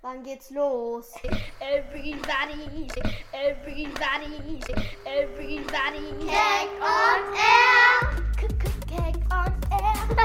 Wann geht's los? Everybody, Keck on Air! Keck on Air.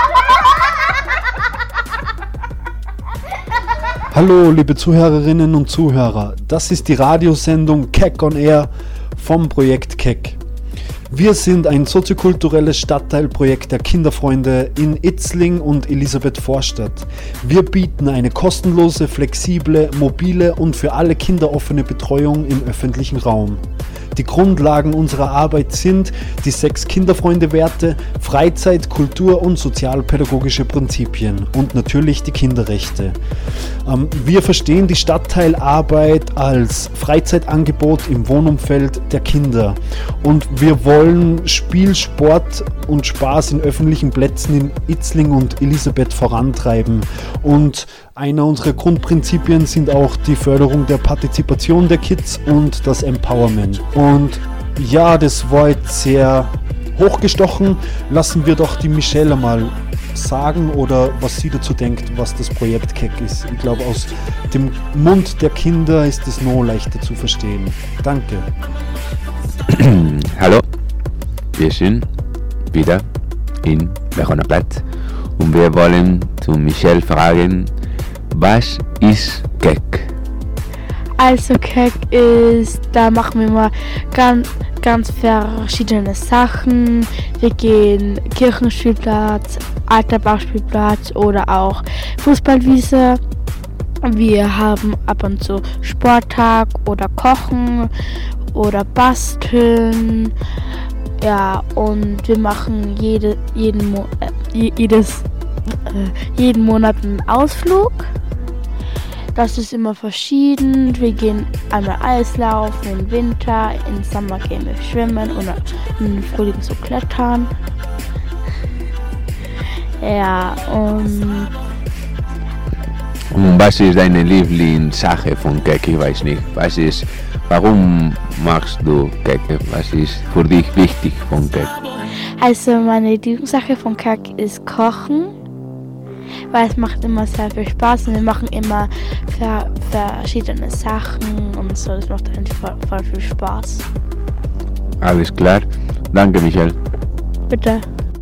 Hallo liebe Zuhörerinnen und Zuhörer, das ist die Radiosendung Keck on Air vom Projekt Keck. Wir sind ein soziokulturelles Stadtteilprojekt der Kinderfreunde in Itzling und Elisabeth-Vorstadt. Wir bieten eine kostenlose, flexible, mobile und für alle Kinder offene Betreuung im öffentlichen Raum. Die Grundlagen unserer Arbeit sind die 6 Kinderfreunde-Werte, Freizeit-, Kultur- und sozialpädagogische Prinzipien und natürlich die Kinderrechte. Wir verstehen die Stadtteilarbeit als Freizeitangebot im Wohnumfeld der Kinder und wir wollen Spiel, Sport und Spaß in öffentlichen Plätzen in Itzling und Elisabeth vorantreiben. Und einer unserer Grundprinzipien sind auch die Förderung der Partizipation der Kids und das Empowerment. Und ja, das war jetzt sehr hochgestochen. Lassen wir doch die Michelle mal sagen oder was sie dazu denkt, was das Projekt Keck ist. Ich glaube, aus dem Mund der Kinder ist es noch leichter zu verstehen. Danke. Hallo, wir sind wieder in Verona-Platz und wir wollen zu Michelle fragen, was ist Keck? Also Keck ist, da machen wir mal ganz verschiedene Sachen. Wir gehen Kirchenspielplatz, alter Bauspielplatz oder auch Fußballwiese. Wir haben ab und zu Sporttag oder Kochen oder Basteln. Ja, und wir machen jeden Monat einen Ausflug. Das ist immer verschieden. Wir gehen einmal Eislaufen im Winter, im Sommer gehen wir schwimmen oder im Frühling so klettern. Ja, und was ist deine Lieblingssache von Keck? Ich weiß nicht. Warum machst du Keck? Was ist für dich wichtig von Keck? also meine Lieblingssache von Keck ist Kochen, weil es macht immer sehr viel Spaß und wir machen immer verschiedene Sachen und so. Das macht einfach voll viel Spaß. Alles klar. Danke, Michelle. Bitte.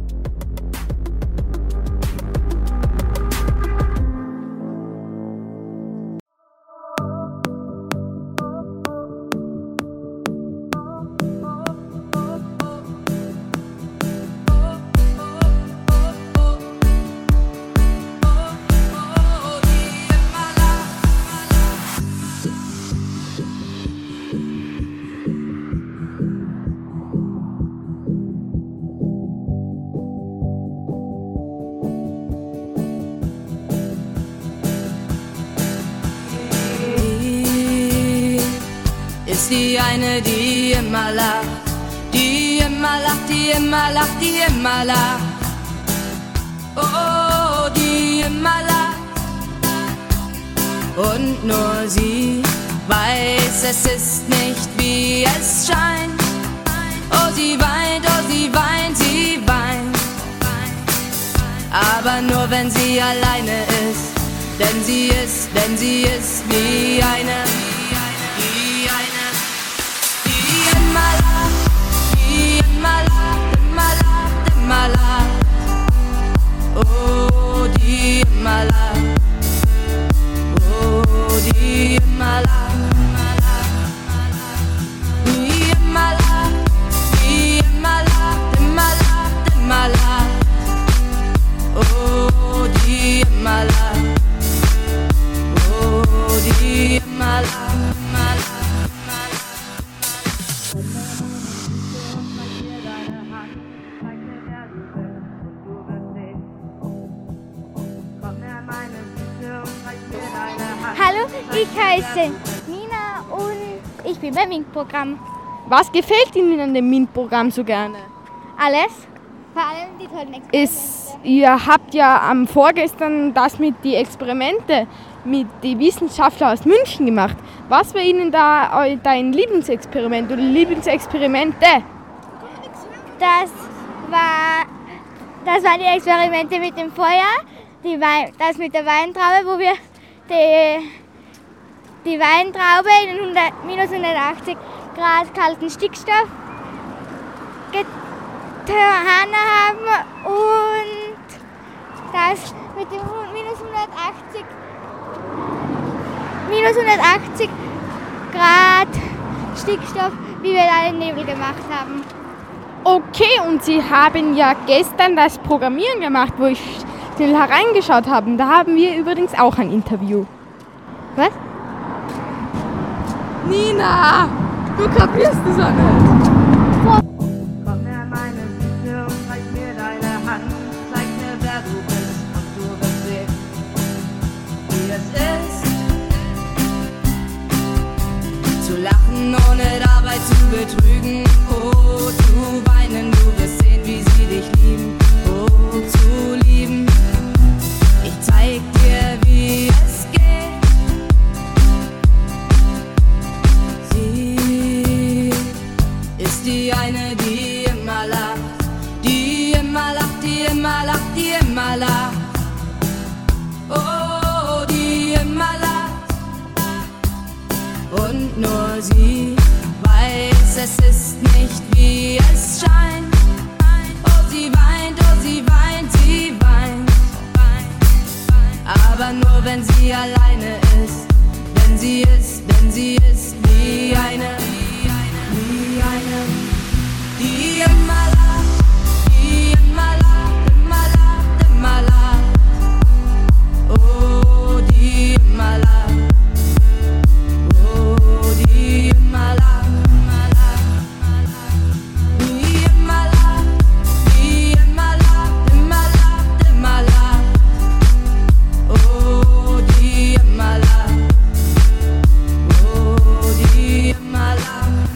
Die eine, die immer lacht, die immer lacht, die immer lacht, die immer lacht. Oh, die immer lacht. Und nur sie weiß, es ist nicht wie es scheint. Oh, sie weint, sie weint. Aber nur wenn sie alleine ist, denn sie ist wie eine. Immer lacht, oh, die immer lacht, oh, die immer lacht, die immer lacht, die immer lacht, immer lacht, oh, die immer lacht, oh, die immer lacht. Hallo, ich heiße Nina und ich bin beim MINT-Programm. Was gefällt Ihnen an dem MINT-Programm so gerne? Alles, vor allem die tollen Experimente. Ihr habt ja am vorgestern das mit den Experimente mit den Wissenschaftlern aus München gemacht. Was war Ihnen da dein Lieblingsexperiment oder Lieblingsexperimente? Das waren die Experimente mit dem Feuer, das mit der Weintraube, wo wir die Weintraube in minus 180 Grad kalten Stickstoff getan haben und das mit dem minus 180 Grad Stickstoff, wie wir da den Nebel gemacht haben. Okay, und Sie haben ja gestern das Programmieren gemacht, wo ich schnell hereingeschaut habe. Da haben wir übrigens auch ein Interview. Was? Nina, du kapierst das auch nicht. Komm her, meine Süße, und zeig mir deine Hand. Zeig mir, wer du bist, und du wirst sehen, wie es ist. Zu lachen, ohne dabei zu betrügen. Oh, zu weinen, du wirst sehen, wie sie dich lieben. Oh, zu lieben. Ich zeig dir, wie es geht. Sie ist die eine, die immer lacht. Die immer lacht, die immer lacht, die immer lacht. Oh, die immer lacht. Und nur sie weiß, es ist nicht wie es scheint. Oh, sie weint, sie weint. Aber nur wenn sie alleine ist. Denn sie ist wie eine, die immer lacht, die immer lacht, immer lacht, immer lacht. Oh, die immer lacht. Oh, die immer lacht, immer lacht, immer lacht. Die immer lacht, die immer lacht, immer lacht, immer lacht. Oh, die immer lacht. Oh, die immer lacht, immer lacht, immer lacht.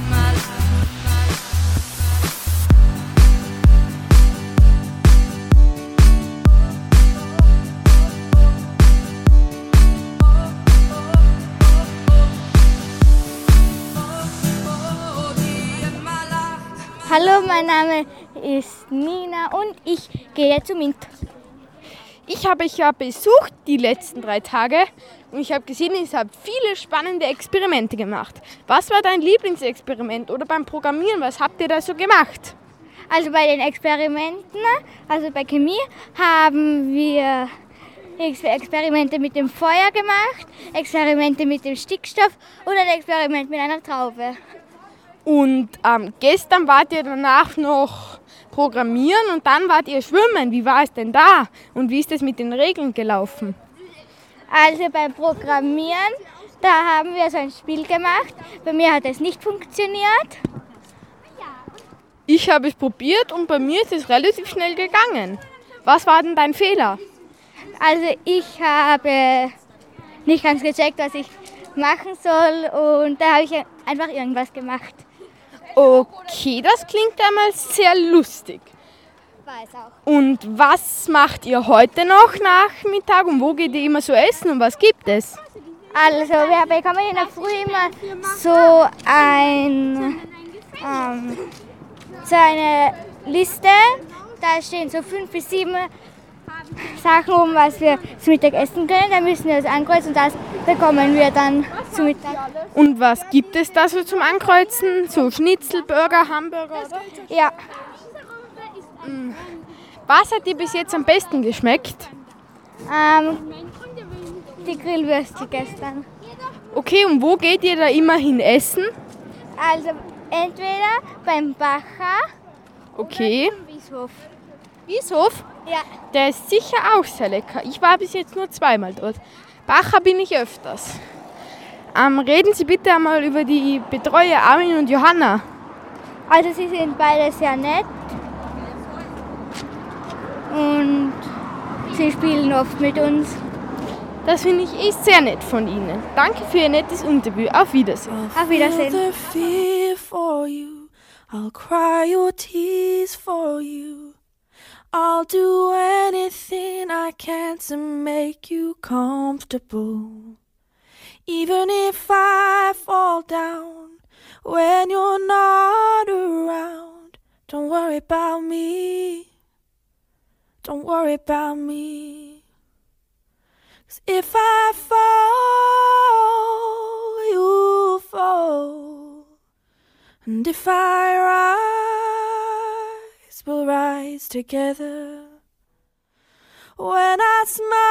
Oh, die immer lacht. Hallo, mein Name ist Nina und ich gehe zu MINT. Ich habe euch ja besucht die letzten 3 Tage und ich habe gesehen, ihr habt viele spannende Experimente gemacht. Was war dein Lieblingsexperiment oder beim Programmieren, was habt ihr da so gemacht? Also bei den Experimenten, also bei Chemie, haben wir Experimente mit dem Feuer gemacht, Experimente mit dem Stickstoff und ein Experiment mit einer Traube. Und gestern wart ihr danach noch programmieren und dann wart ihr schwimmen. Wie war es denn da? Und wie ist es mit den Regeln gelaufen? Also beim Programmieren, da haben wir so ein Spiel gemacht. Bei mir hat es nicht funktioniert. Ich habe es probiert und bei mir ist es relativ schnell gegangen. Was war denn dein Fehler? Also ich habe nicht ganz gecheckt, was ich machen soll und da habe ich einfach irgendwas gemacht. Okay, das klingt einmal sehr lustig. Weiß auch. Und was macht ihr heute noch Nachmittag und wo geht ihr immer so essen und was gibt es? Also wir bekommen in der Früh immer so eine Liste. Da stehen so 5 bis 7 Sachen, was wir zum Mittag essen können. Da müssen wir das ankreuzen und das bekommen wir dann zum Mittag. Und was gibt es da so zum Ankreuzen? So Schnitzel, Burger, Hamburger? Oder? Ja, Was hat dir bis jetzt am besten geschmeckt? die Grillwürste gestern. Okay, und wo geht ihr da immer hin essen? Also entweder beim Bacher Okay. oder im Wieshof. Wieshof? Ja. Der ist sicher auch sehr lecker. Ich war bis jetzt nur 2-mal dort. Bacher bin ich öfters. Reden Sie bitte einmal über die Betreuer Armin und Johanna. Also sie sind beide sehr nett und sie spielen oft mit uns. Das finde ich sehr nett von Ihnen. Danke für Ihr nettes Interview. Auf Wiedersehen. Auf Wiedersehen. the fear for you. I'll cry your tears for you. I'll do anything I can to make you comfortable. Even if I fall down when you're not around. Don't worry about me. Don't worry about me. 'Cause if I fall, And if I rise, we'll rise together. When I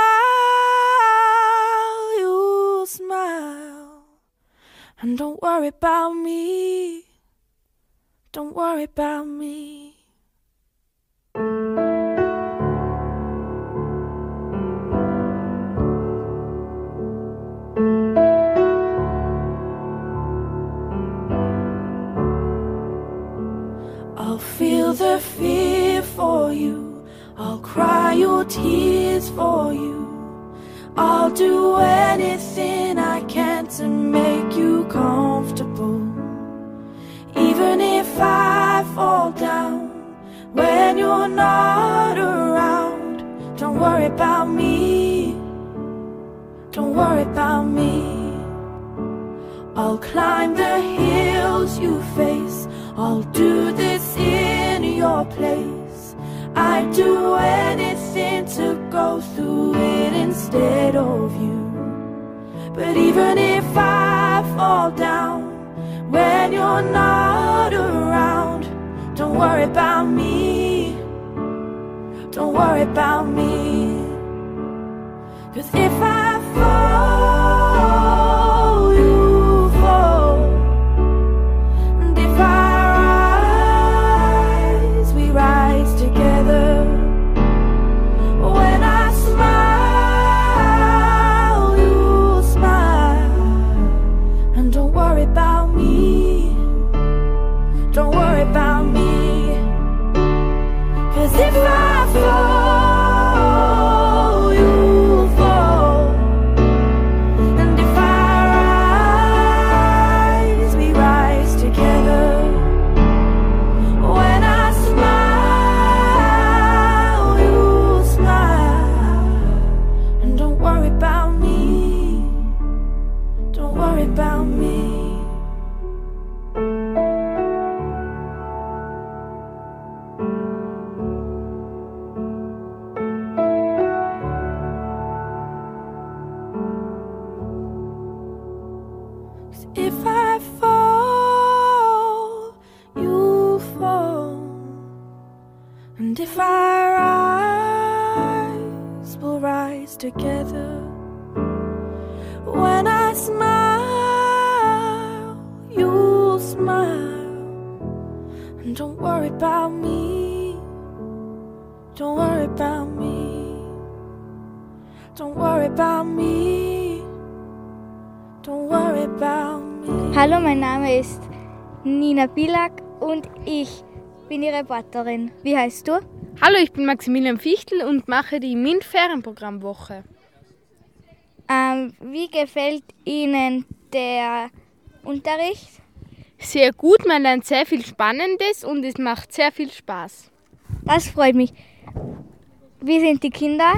smile, you'll smile. And don't worry about me. Don't worry about me. I'll feel the fear for you. I'll cry your tears for you. I'll do anything I can to make you comfortable. Even if I fall down when you're not around, don't worry about me. Don't worry about me. I'll climb the hills you face. I'll do this in your place. I'd do anything to go through it instead of you. But even if I fall down when you're not around, don't worry about me. Don't worry about me. 'Cause if I fall, you fall. And if I rise, we rise together. When I smile, you smile. And don't worry about me. Don't worry about me. 'Cause if I fall, you fall. And if I rise, we rise together. When I smile, you smile. And don't worry about me. Don't worry about me. If I fall, you fall. And if I rise, we'll rise together. When I smile, you'll smile. And don't worry about me. Don't worry about me. Don't worry about me. Don't worry about me. Hallo, mein Name ist Nina Bilak und ich bin die Reporterin. Wie heißt du? Hallo, ich bin Maximilian Fichtel und mache die MINT-Ferienprogrammwoche. Wie gefällt Ihnen der Unterricht? Sehr gut, man lernt sehr viel Spannendes und es macht sehr viel Spaß. Das freut mich. Wie sind die Kinder?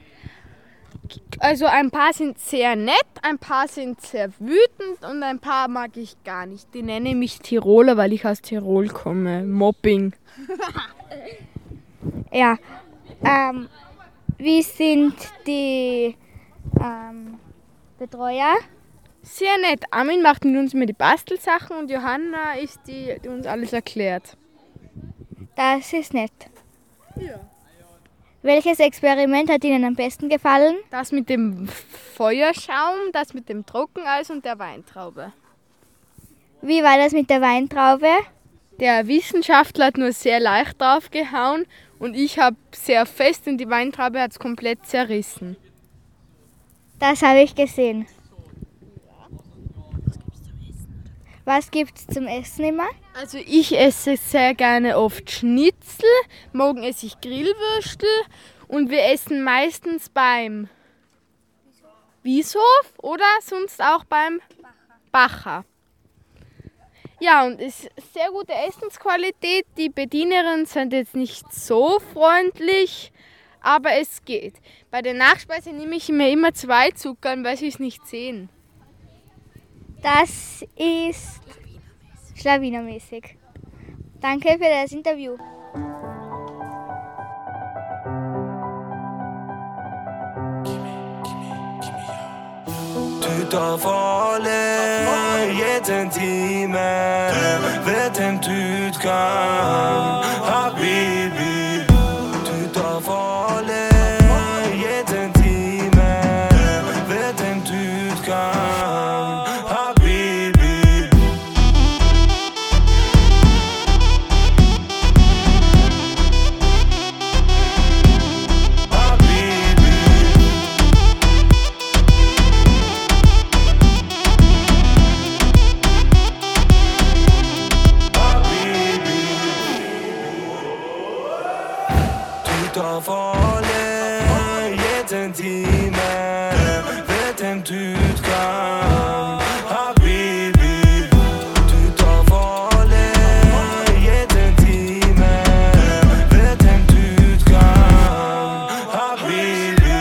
Also ein paar sind sehr nett, ein paar sind sehr wütend und ein paar mag ich gar nicht. Die nennen mich Tiroler, weil ich aus Tirol komme. Mobbing. Ja. Wie sind die Betreuer? Sehr nett. Armin macht mit uns immer die Bastelsachen und Johanna ist die uns alles erklärt. Das ist nett. Ja. Welches Experiment hat Ihnen am besten gefallen? Das mit dem Feuerschaum, das mit dem Trockeneis und der Weintraube. Wie war das mit der Weintraube? Der Wissenschaftler hat nur sehr leicht draufgehauen und ich habe sehr fest und die Weintraube hat es komplett zerrissen. Das habe ich gesehen. Was gibt's zum Essen immer? Also ich esse sehr gerne oft Schnitzel, morgen esse ich Grillwürstel und wir essen meistens beim Wieshof oder sonst auch beim Bacher. Ja, und es ist sehr gute Essensqualität. Die Bedienerinnen sind jetzt nicht so freundlich, aber es geht. Bei der Nachspeise nehme ich mir immer 2 Zuckern, weil sie es nicht sehen. Das ist schlawinermäßig. Danke für das Interview. Du tar farlig, jeg intime vet inte utgång Habibi du tar farlig Get intime vet inte utgång Habibi Ta farlig, get intime vet inte utgång Habibi du tar farlig, get intime vet inte utgång Habibi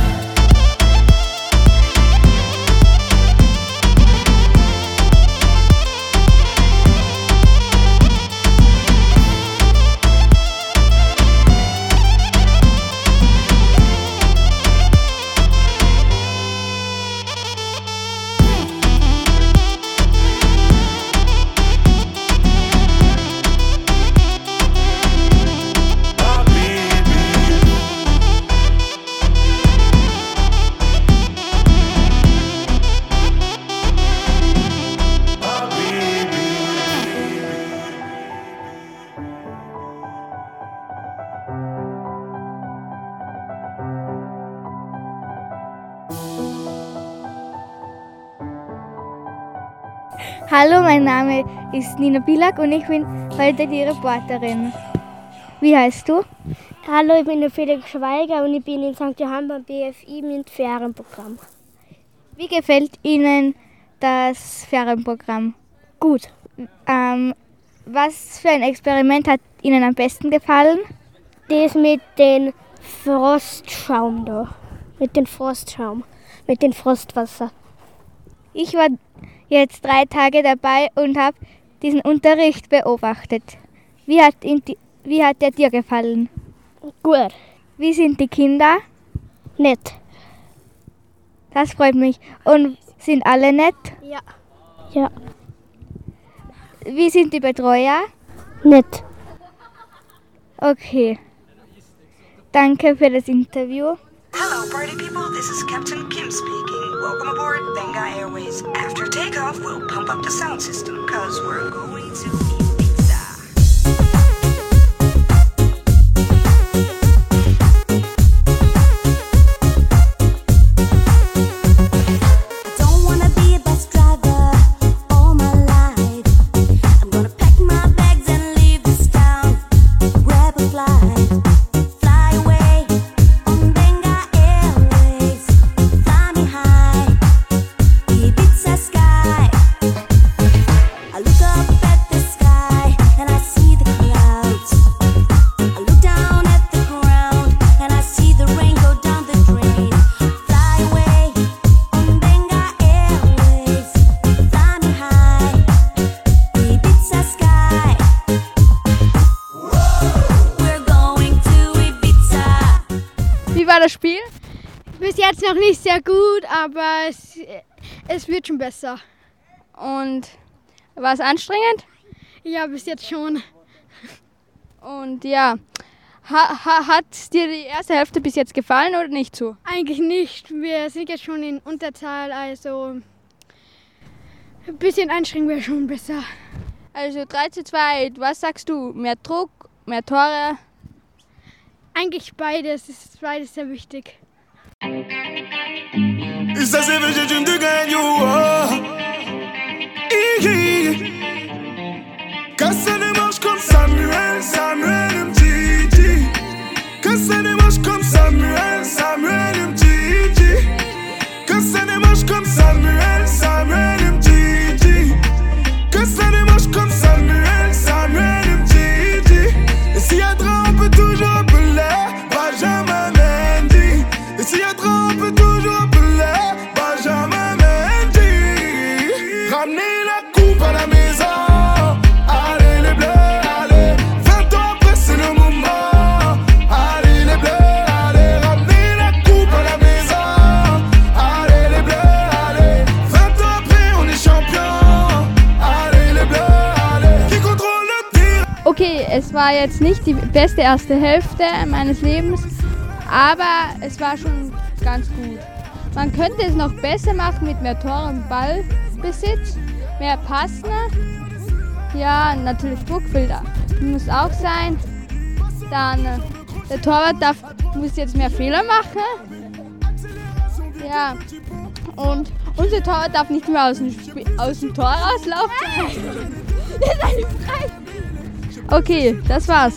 Hallo, mein Name ist Nina Bilak und ich bin heute die Reporterin. Wie heißt du? Hallo, ich bin der Felix Schweiger und ich bin in St. Johann beim BFI mit Ferienprogramm. Wie gefällt Ihnen das Ferienprogramm? Gut. Was für ein Experiment hat Ihnen am besten gefallen? Das mit dem Frostschaum da. Mit dem Frostschaum. Mit dem Frostwasser. Ich war jetzt 3 Tage dabei und habe diesen Unterricht beobachtet. Wie hat der dir gefallen? Gut. Wie sind die Kinder? Nett. Das freut mich. Und sind alle nett? Ja. Ja. Wie sind die Betreuer? Nett. Okay. Danke für das Interview. Hello, party people. This is Captain Kim speaking. Welcome aboard Benga Airways. After takeoff, we'll pump up the sound system, cause we're going to Ibiza. I don't wanna be a bus driver all my life. I'm gonna pack my bags and leave this town. Grab a flight. Fly away on Benga Airways. Fly me high. Ibiza sky. I look up at the sky and I see the clouds. I look down at the ground and I see the rain go down the drain. Fly away on Benga Airways. Fly me high. Ibiza sky. We're going to Ibiza. Wie war das Spiel? Bis jetzt noch nicht sehr gut, aber es wird schon besser. Und war es anstrengend? Ja, bis jetzt schon. Und ja, hat dir die erste Hälfte bis jetzt gefallen oder nicht so? Eigentlich nicht. Wir sind jetzt schon in Unterzahl, also ein bisschen anstrengend wäre schon besser. Also 3:2, was sagst du? Mehr Druck, mehr Tore? Eigentlich beides, es ist beides sehr wichtig. Et ça c'est végétime de gagne Casse les manches comme Samuel, Samuel Mtiti Casse les manches comme Samuel, Samuel Mtiti Casse les manches comme Samuel, Samuel Mtiti Casse les manches comme Samuel, Samuel Mtiti Et s'il y a trop, on peut toujours appeler Benjamin Mendy Et s'il y a trop, on peut toujours appeler Benjamin Mendy es war jetzt nicht die beste erste Hälfte meines Lebens, aber es war schon ganz gut. Man könnte es noch besser machen mit mehr Tor- und Ballbesitz, mehr Passen. Ja, natürlich Druckfilter muss auch sein. Dann der Torwart muss jetzt mehr Fehler machen. Ja, und unser Torwart darf nicht mehr aus dem Tor rauslaufen. Das ist eine Frage. Okay, das war's.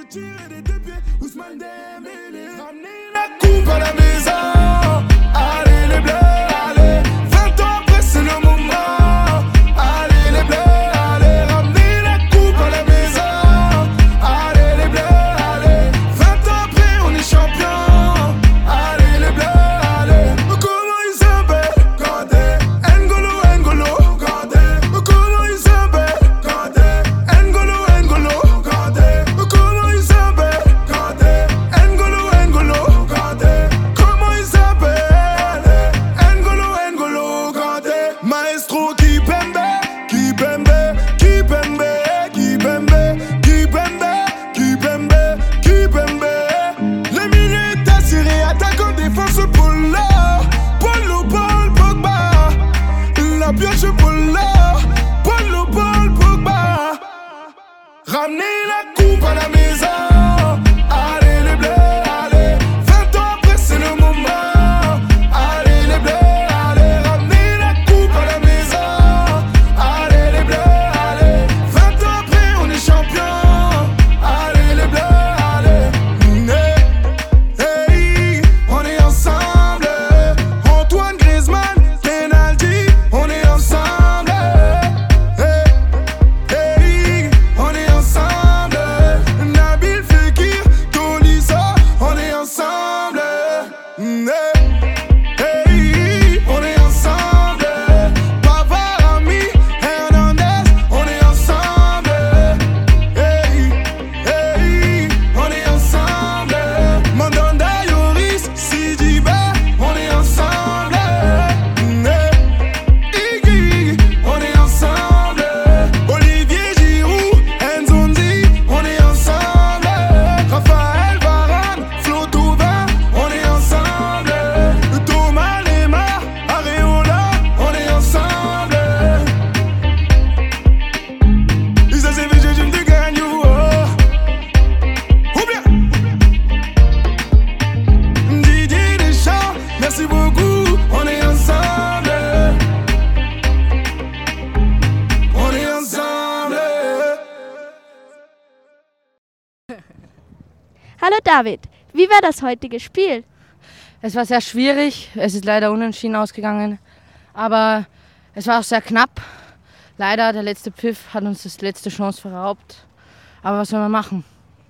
Hallo David, wie war das heutige Spiel? Es war sehr schwierig, es ist leider unentschieden ausgegangen, aber es war auch sehr knapp. Leider, der letzte Pfiff hat uns die letzte Chance verraubt, aber was soll man machen?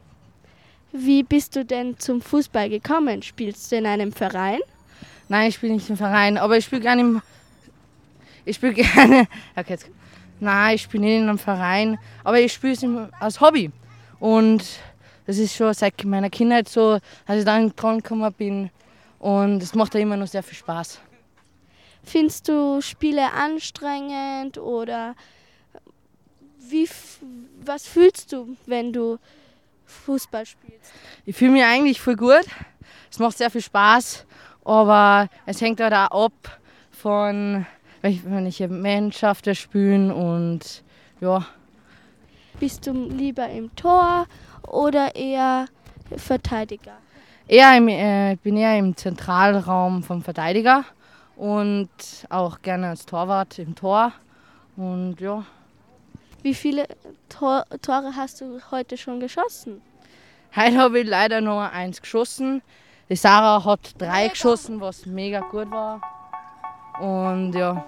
Wie bist du denn zum Fußball gekommen? Spielst du in einem Verein? Nein, ich spiele nicht im Verein, aber ich spiele gerne Nein, ich spiele nicht in einem Verein, aber ich spiele es als Hobby. Und das ist schon seit meiner Kindheit so, als ich dann dran gekommen bin. Und es macht ja immer noch sehr viel Spaß. Findest du Spiele anstrengend oder was fühlst du, wenn du Fußball spielst? Ich fühle mich eigentlich voll gut. Es macht sehr viel Spaß, aber es hängt halt auch ab von welche Mannschaften spielen und ja. Bist du lieber im Tor oder eher Verteidiger? Ich bin eher im Zentralraum vom Verteidiger und auch gerne als Torwart im Tor. Und ja. Wie viele Tore hast du heute schon geschossen? Heute habe ich leider nur 1 geschossen. Die Sarah hat 3 geschossen, was mega gut war. Und ja.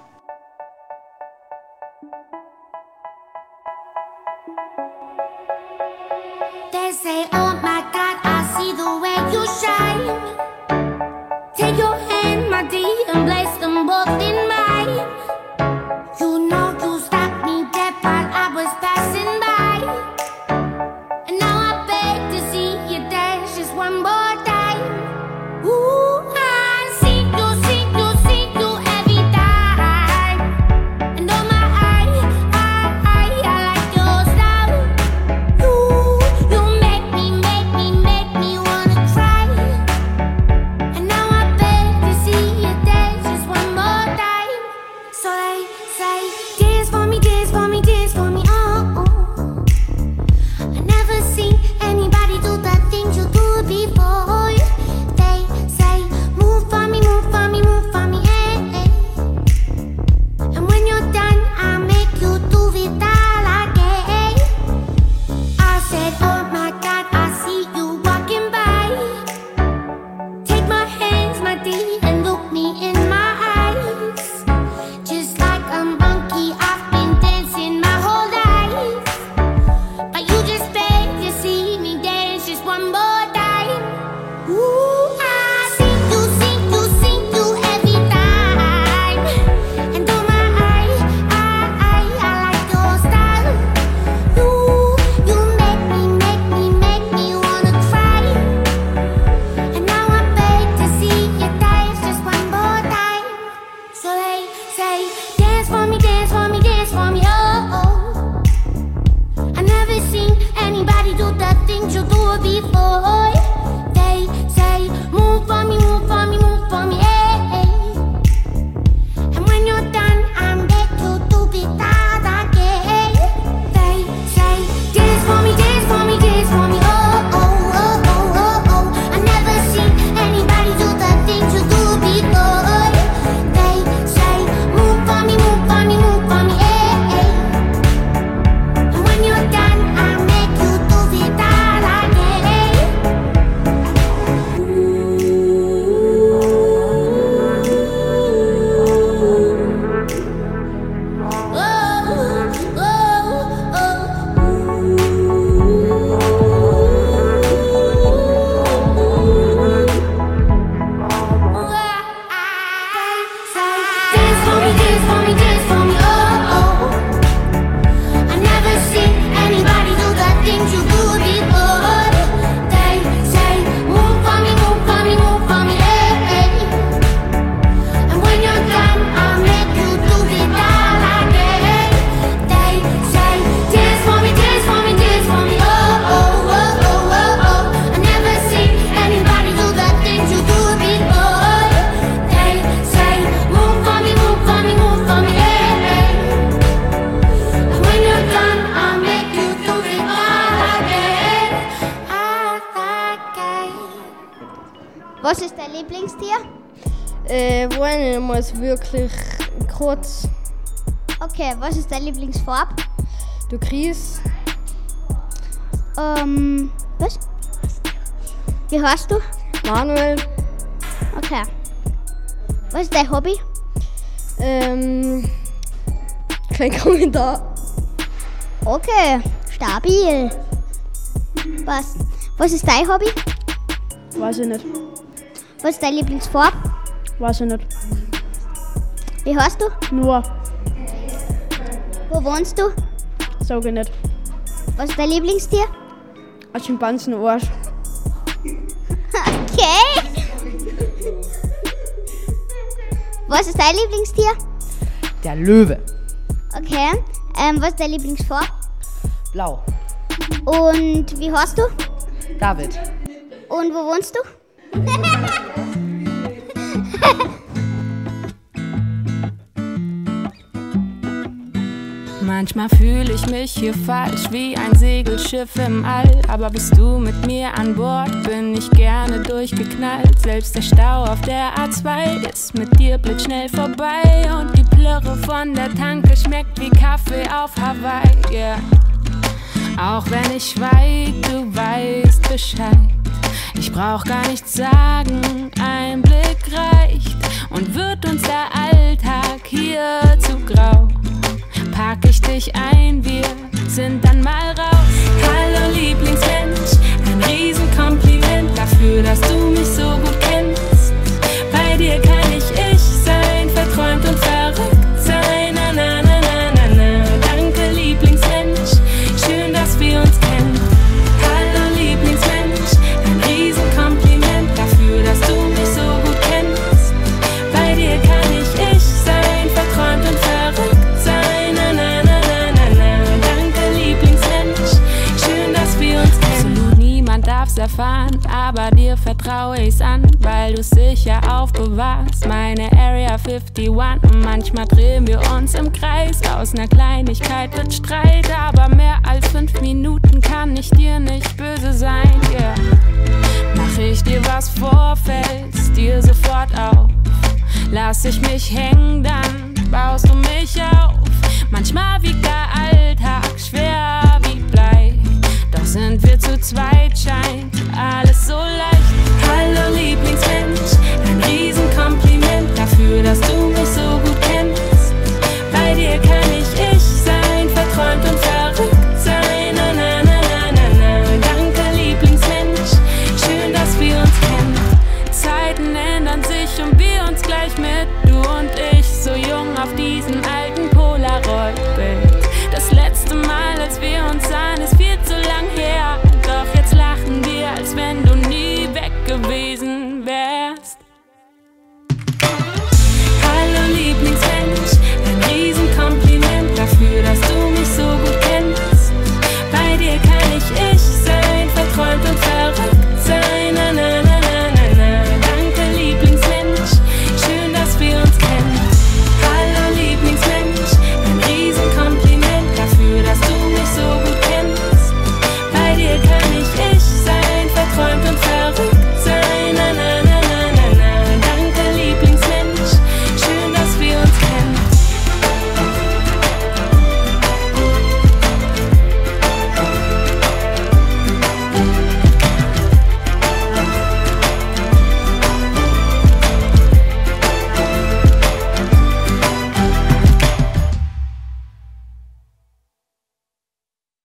They say, oh my God, I see the way you shine. Take your hand, my dear, and place them both in mine. You know you stopped me dead while I was passing by. And now I beg to see you dance just one more time. Ooh, I see you every time. say, dance for me, dance for me, dance for me, oh, oh. I never seen anybody do the things you do before. They say, move for me, move for me, move for me, eh, eh. And when you're done, I'll make you do it all again. I said, oh my God, I see you walking by. Take my hands, my dear, and look me in my eyes. Just like a monkey, I've been dancing my whole life. But you just beg to see me dance just one more time. Ooh, I sing you every time. And oh my, I like your style. You make me wanna cry. And now I beg to see you dance just one more time. So they say, dance for me, dance for me, dance for me, oh, oh. I never seen anybody do the things you do before. They say, move for me, move for me, move for me, eh, eh. And when you're done, I'm back to do it all again. They say, dance for me, dance for me, dance for me, oh, oh, oh, oh, oh, oh. I never seen anybody do the things you do before. They say, move for me, move for me, move for me, eh, eh. And when you're done, I'll make you do it all again. Dance for me, dance for me, dance for me, oh, oh. I never seen anybody do the things you do before. They say, move for me, move for me, move for me, eh, eh. And when you're done, I'll make you do it all again. They say, dance for me, dance for me, dance for me, oh, oh, oh, oh, oh, oh. I never seen anybody do the things you do before. They say, move for me, move for me, move for me, eh, eh. And when you're done, I'll make you do it all again. Was ist dein Lieblingstier? Wollen wir es wirklich kurz? Okay, was ist deine Lieblingsfarbe? Türkis. Was? Wie heißt du? Manuel. Okay. Was ist dein Hobby? Kein Kommentar. Okay, stabil. Was ist dein Hobby? Weiß ich nicht. Was ist deine Lieblingsfarbe? Weiß ich nicht. Wie heißt du? Nur. Wo wohnst du? Sag ich nicht. Was ist dein Lieblingstier? Ein Schimpansenarsch. Okay. Was ist dein Lieblingstier? Der Löwe. Okay. Was ist deine Lieblingsfarbe? Blau. Und wie heißt du? David. Und wo wohnst du? Manchmal fühle ich mich hier falsch wie ein Segelschiff im All. Aber bist du mit mir an Bord, bin ich gerne durchgeknallt. Selbst der Stau auf der A2 ist mit dir blitzschnell vorbei. Und die Plörre von der Tanke schmeckt wie Kaffee auf Hawaii, yeah. Auch wenn ich schweig, du weißt Bescheid. Ich brauch gar nichts sagen, ein Blick reicht. Und wird uns der Alltag hier zu grau, pack ich dich ein, wir sind dann mal raus. Hallo Lieblingsmensch, ein Riesenkompliment dafür, dass du mich so gut kennst. Bei dir kann ich sein, verträumt und verrückt sein. Na na na na na na. Danke Lieblingsmensch, schön, dass wir uns kennen. Hallo Lieblingsmensch, ein Riesenkompliment dafür, dass du mich so gut kennst. Bei dir kann ich sein, verträumt und verrückt sein. Na na na na na na. Danke Lieblingsmensch, schön, dass wir uns kennen. Absolut niemand darf's erfahren, aber dir vertraue ich's an, weil du's sicher aufbewahrst. Meine Area 51 und manchmal drehen wir uns im Kreis. Aus ner Kleinigkeit wird Streit, aber mehr als 5 Minuten kann ich dir nicht böse sein, yeah. Mach ich dir was vor, fällst dir sofort auf. Lass ich mich hängen, dann baust du mich auf. Manchmal wiegt der Alltag schwer wie Blei, doch sind wir zu zweit, scheint alles so leicht. Hallo Lieblingsmensch, ein Riesenkompliment dafür, dass du mich so gut kennst. Bei dir kann